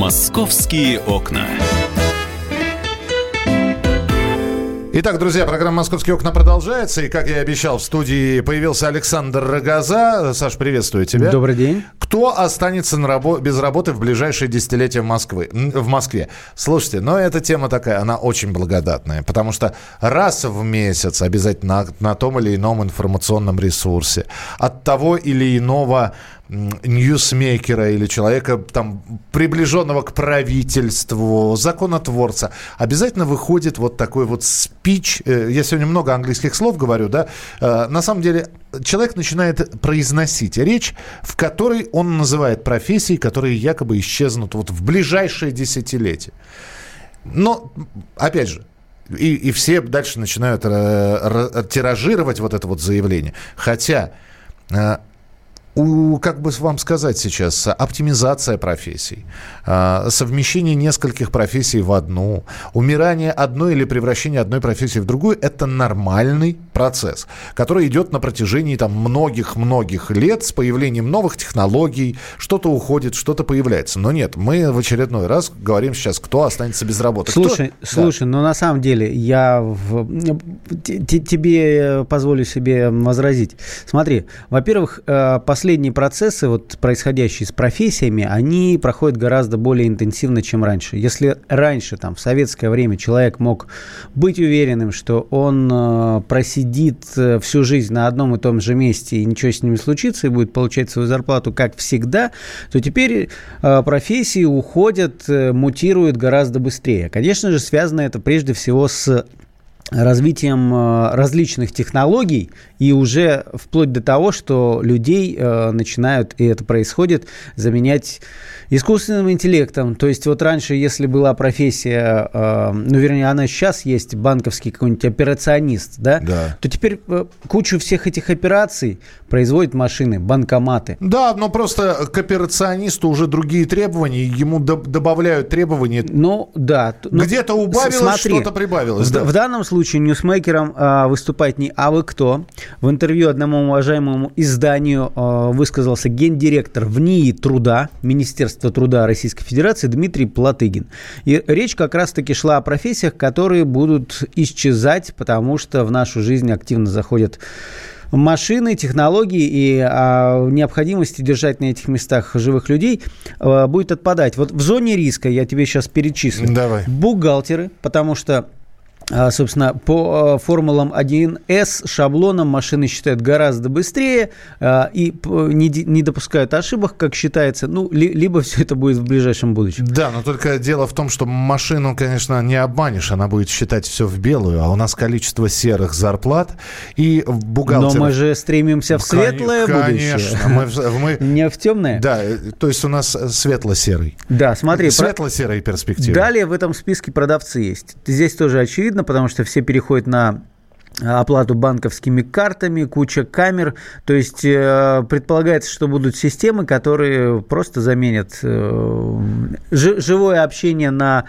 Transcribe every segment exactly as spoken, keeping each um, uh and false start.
«Московские окна». Итак, друзья, программа «Московские окна» продолжается. И, как я и обещал, в студии появился Александр Рогоза. Саш, приветствую тебя. Добрый день. Кто останется на рабо- без работы в ближайшие десятилетия в, Москвы, в Москве? Слушайте, но эта тема такая, она очень благодатная. Потому что раз в месяц обязательно на, на том или ином информационном ресурсе от того или иного ньюсмейкера или человека, там, приближенного к правительству, законотворца, обязательно выходит вот такой вот спич. Я сегодня много английских слов говорю, да. На самом деле человек начинает произносить речь, в которой он называет профессии, которые якобы исчезнут вот в ближайшие десятилетия. Но, опять же, и, и все дальше начинают тиражировать вот это вот заявление. Хотя... У, как бы вам сказать сейчас, оптимизация профессий, совмещение нескольких профессий в одну, умирание одной или превращение одной профессии в другую – это нормальный процесс, который идет на протяжении там многих-многих лет с появлением новых технологий, что-то уходит, что-то появляется. Но нет, мы в очередной раз говорим сейчас, кто останется без работы. Слушай, кто? слушай, да. Но на самом деле я в... тебе позволю себе возразить. Смотри, во-первых, последние процессы, вот, происходящие с профессиями, они проходят гораздо более интенсивно, чем раньше. Если раньше, там, в советское время человек мог быть уверенным, что он э, просидит всю жизнь на одном и том же месте, и ничего с ним не случится, и будет получать свою зарплату, как всегда, то теперь э, профессии уходят, э, мутируют гораздо быстрее. Конечно же, связано это прежде всего с развитием различных технологий и уже вплоть до того, что людей э, начинают, и это происходит, заменять искусственным интеллектом. То есть вот раньше, если была профессия, э, ну, вернее, она сейчас есть, банковский какой-нибудь операционист, да, да. то теперь э, кучу всех этих операций производят машины, банкоматы. Да, но просто к операционисту уже другие требования, ему до- добавляют требования. Ну, да. Где-то убавилось, смотри, что-то прибавилось. В, да. в данном случае ньюсмейкером э, выступает не «А вы кто?». В интервью одному уважаемому изданию э, высказался гендиректор в НИИ труда, Министерства труда Российской Федерации, Дмитрий Платыгин. И речь как раз-таки шла о профессиях, которые будут исчезать, потому что в нашу жизнь активно заходят машины, технологии, и а, необходимости держать на этих местах живых людей а, будет отпадать. Вот в зоне риска я тебе сейчас перечислю. Давай. Бухгалтеры, потому что собственно, по формулам один эс шаблонам машины считают гораздо быстрее и не допускают ошибок, как считается. Ну, либо все это будет в ближайшем будущем. Да, но только дело в том, что машину, конечно, не обманешь. Она будет считать все в белую, а у нас количество серых зарплат и бухгалтеров... Но мы же стремимся в светлое конечно, будущее. Конечно. Мы, мы... Не в темное. Да, то есть у нас светло-серый. Да, смотри. Светло-серые перспективы. Далее в этом списке продавцы есть. Здесь тоже очевидно, потому что все переходят на оплату банковскими картами, куча камер. То есть э, предполагается, что будут системы, которые просто заменят э, ж, живое общение на,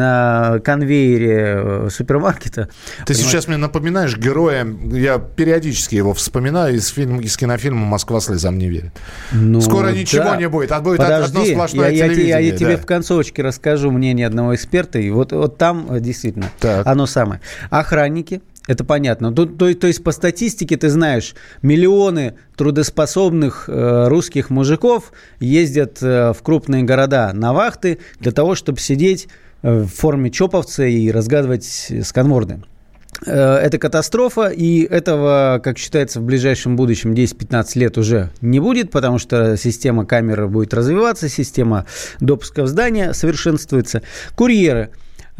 на конвейере супермаркета. Ты Понимаете? Сейчас мне напоминаешь героя, я периодически его вспоминаю из, фильма, из кинофильма «Москва слезам не верит». Ну, скоро ничего да. не будет, а будет Подожди, одно сплошное я, телевидение. Я, я да. тебе в концовочке расскажу мнение одного эксперта, и вот, вот там действительно так. оно самое. Охранники. Это понятно. То, то, то есть по статистике ты знаешь, миллионы трудоспособных э, русских мужиков ездят э, в крупные города на вахты для того, чтобы сидеть э, в форме чоповца и разгадывать сканворды. Э, это катастрофа, и этого, как считается, в ближайшем будущем десять-пятнадцать лет уже не будет, потому что система камер будет развиваться, система допуска в здание совершенствуется. Курьеры.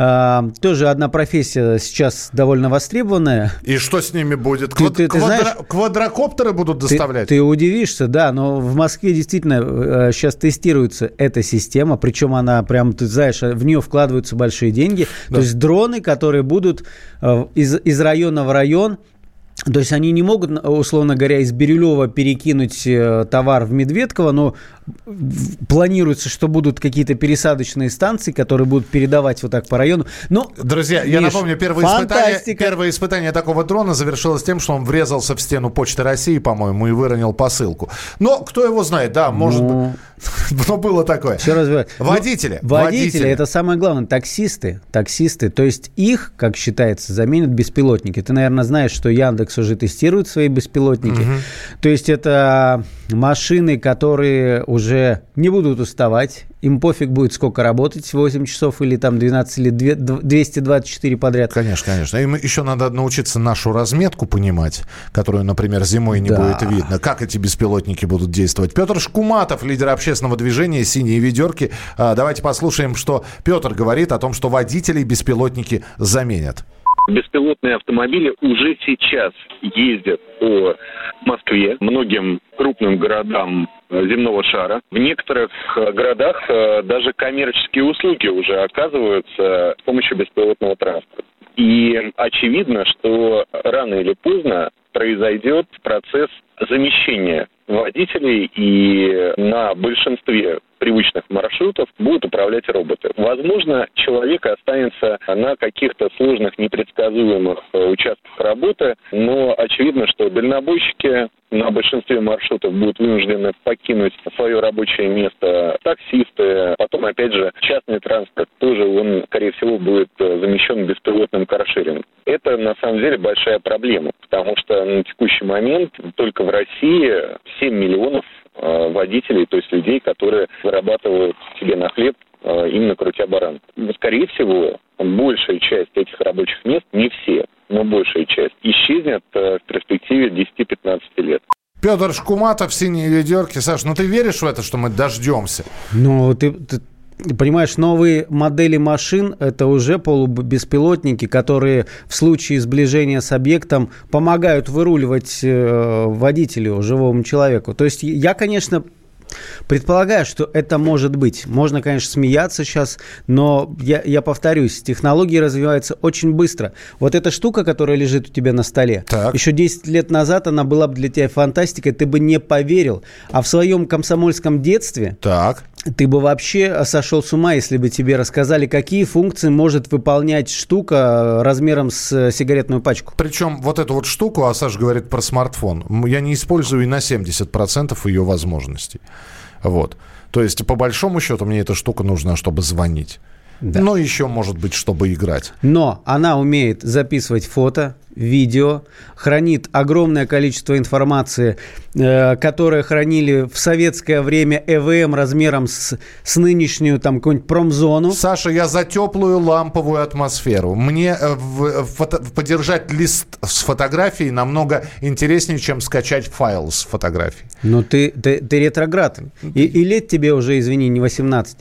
А, тоже одна профессия сейчас довольно востребованная. И что с ними будет? Квад... Ты, ты, ты Квадро... знаешь, квадрокоптеры будут доставлять? Ты, ты удивишься, да, но в Москве действительно сейчас тестируется эта система, причем она прям, ты знаешь, в нее вкладываются большие деньги. Да. То есть дроны, которые будут из, из района в район. То есть они не могут, условно говоря, из Бирюлева перекинуть товар в Медведково, но планируется, что будут какие-то пересадочные станции, которые будут передавать вот так по району. Но, друзья, Миш, я напомню, первое испытание, первое испытание такого дрона завершилось тем, что он врезался в стену Почты России, по-моему, и выронил посылку. Но кто его знает, да, может ну... быть. Но было такое. Все развивается. Водители. Ну, водители, водители, это самое главное. Таксисты, таксисты. То есть их, как считается, заменят беспилотники. Ты, наверное, знаешь, что Яндекс уже тестирует свои беспилотники. Угу. То есть это машины, которые уже не будут уставать. Им пофиг будет, сколько работать, восемь часов или там двенадцать, или двести двадцать четыре подряд. Конечно, конечно. Им еще надо научиться нашу разметку понимать, которую, например, зимой не да. будет видно. Как эти беспилотники будут действовать. Петр Шкуматов, лидер общественного движения «Синие ведерки». Давайте послушаем, что Петр говорит о том, что водителей беспилотники заменят. Беспилотные автомобили уже сейчас ездят по Москве, многим крупным городам земного шара. В некоторых городах даже коммерческие услуги уже оказываются с помощью беспилотного транспорта. И очевидно, что рано или поздно произойдет процесс замещения водителей, и на большинстве привычных маршрутов будут управлять роботы. Возможно, человек останется на каких-то сложных, непредсказуемых участках работы, но очевидно, что дальнобойщики на большинстве маршрутов будут вынуждены покинуть свое рабочее место. Таксисты, потом, опять же, частный транспорт тоже, он, скорее всего, будет замещен беспилотным каршерингом. Это, на самом деле, большая проблема, потому что на текущий момент только в России семь миллионов водителей, то есть людей, которые зарабатывают себе на хлеб, именно крутя баранку. Скорее всего, большая часть этих рабочих мест, не все, но большая часть, исчезнет в перспективе десять-пятнадцать лет. Петр Шкуматов, «Синие ведерки». Саш, ну ты веришь в это, что мы дождемся? Ну, ты... ты... Понимаешь, новые модели машин – это уже полубеспилотники, которые в случае сближения с объектом помогают выруливать э, водителю, живому человеку. То есть я, конечно, предполагаю, что это может быть. Можно, конечно, смеяться сейчас, но я, я повторюсь, технологии развиваются очень быстро. Вот эта штука, которая лежит у тебя на столе, так. еще десять лет назад она была бы для тебя фантастикой, ты бы не поверил. А в своем комсомольском детстве... Так. Ты бы вообще сошел с ума, если бы тебе рассказали, какие функции может выполнять штука размером с сигаретную пачку. Причем вот эту вот штуку, а Саша говорит про смартфон, я не использую и на семьдесят процентов ее возможностей. Вот. То есть, по большому счету, мне эта штука нужна, чтобы звонить. Да. Но еще, может быть, чтобы играть. Но она умеет записывать фото, видео, хранит огромное количество информации, э, которое хранили в советское время э вэ эм размером с, с нынешнюю там какую-нибудь промзону. Саша, я за теплую ламповую атмосферу. Мне э, в, фото, подержать лист с фотографией намного интереснее, чем скачать файл с фотографией. Ну, ты, ты, ты ретроград. И, и лет тебе уже, извини, не восемнадцать.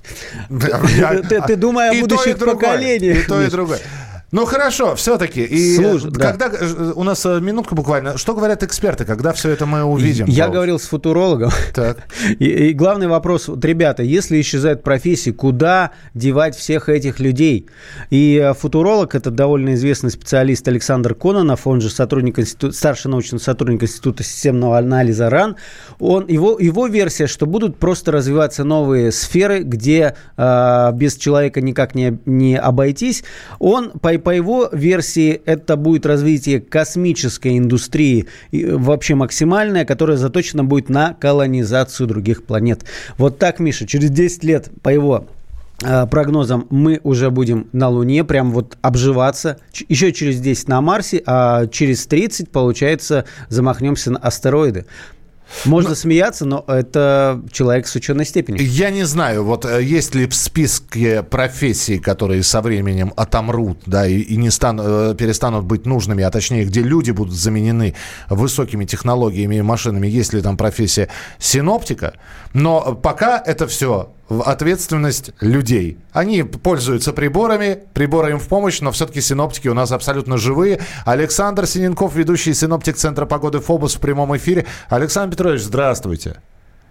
Ты думай о будущих поколениях. И то, и другое. Ну, хорошо, все-таки. И Слушай, когда, да. У нас минутка буквально. Что говорят эксперты, когда все это мы увидим? Я говорил с футурологом. Так. И, и главный вопрос, вот, ребята, если исчезают профессии, куда девать всех этих людей? И футуролог, это довольно известный специалист Александр Кононов, он же сотрудник института, старший научный сотрудник Института системного анализа РАН, он, его, его версия, что будут просто развиваться новые сферы, где э, без человека никак не, не обойтись. Он, по По его версии, это будет развитие космической индустрии, вообще максимальное, которое заточено будет на колонизацию других планет. Вот так, Миша, через десять лет, по его прогнозам, мы уже будем на Луне, прям вот обживаться. Еще через десять на Марсе, а через тридцать, получается, замахнемся на астероиды. Можно но... смеяться, но это человек с ученой степенью. Я не знаю, вот есть ли в списке профессий, которые со временем отомрут, да, и, и не станут, перестанут быть нужными, а точнее, где люди будут заменены высокими технологиями и машинами, есть ли там профессия синоптика, но пока это все ответственность людей. Они пользуются приборами, приборы им в помощь, но все-таки синоптики у нас абсолютно живые. Александр Синенков, ведущий синоптик Центра погоды ФОБУС в прямом эфире. Александр Петрович, здравствуйте.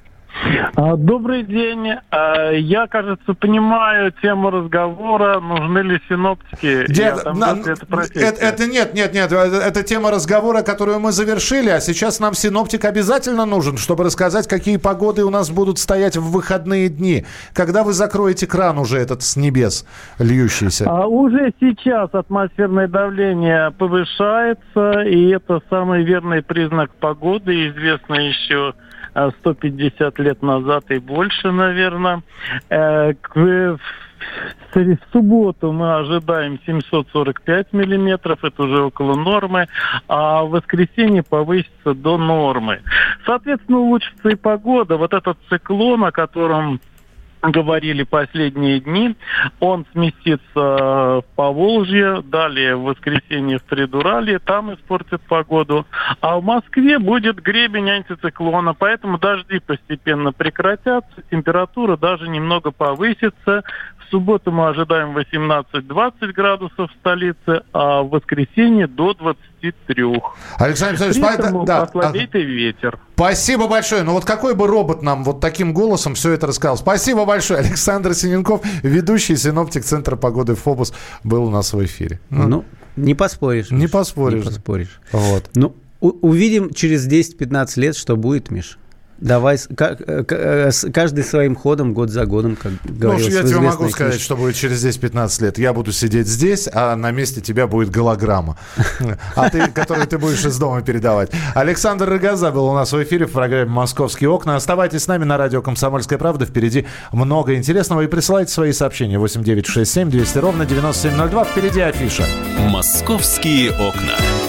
Добрый день. Я, кажется, понимаю тему разговора, нужны ли синоптики. Дед, там, на, это, это, это нет, нет, нет, это тема разговора, которую мы завершили, а сейчас нам синоптик обязательно нужен, чтобы рассказать, какие погоды у нас будут стоять в выходные дни. Когда вы закроете кран уже этот с небес льющийся? А уже сейчас атмосферное давление повышается, и это самый верный признак погоды, известно еще сто пятьдесят лет назад и больше, наверное. В субботу мы ожидаем семьсот сорок пять миллиметров, это уже около нормы, а в воскресенье повысится до нормы. Соответственно, улучшится и погода. Вот этот циклон, о котором говорили последние дни, он сместится в Поволжье, далее в воскресенье в Придуралье, там испортит погоду. А в Москве будет гребень антициклона, поэтому дожди постепенно прекратятся, температура даже немного повысится. В субботу мы ожидаем восемнадцать-двадцать градусов в столице, а в воскресенье до двадцати трёх. Александр Александрович, При этом да, ослабеет да. и ветер. Спасибо большое. Ну вот какой бы робот нам вот таким голосом все это рассказал. Спасибо большое. Александр Синенков, ведущий синоптик Центра погоды «Фобус», был у нас в эфире. Ну, ну не поспоришь. Не поспоришь. Не поспоришь. Вот. Ну, у- увидим через десять-пятнадцать лет, что будет, Миш. Давай, каждый своим ходом, год за годом, как говорилось в известной книжке. Ну, я тебе могу сказать, книжке. что будет через десять-пятнадцать лет. Я буду сидеть здесь, а на месте тебя будет голограмма, а ты, которую ты будешь из дома передавать. Александр Рогоза был у нас в эфире в программе «Московские окна». Оставайтесь с нами на радио «Комсомольская правда». Впереди много интересного. И присылайте свои сообщения. восемь девятьсот шестьдесят семь двести ровно девяносто семь ноль два. Впереди афиша. «Московские окна».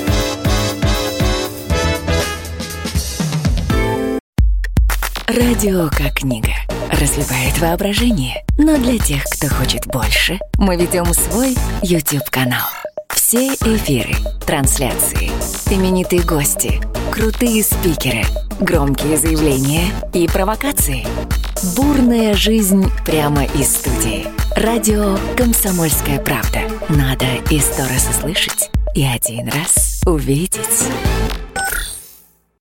Радио как книга. Разливает воображение. Но для тех, кто хочет больше, мы ведем свой YouTube-канал. Все эфиры, трансляции, именитые гости, крутые спикеры, громкие заявления и провокации. Бурная жизнь прямо из студии. Радио «Комсомольская правда». Надо и сто раз услышать, и один раз увидеть.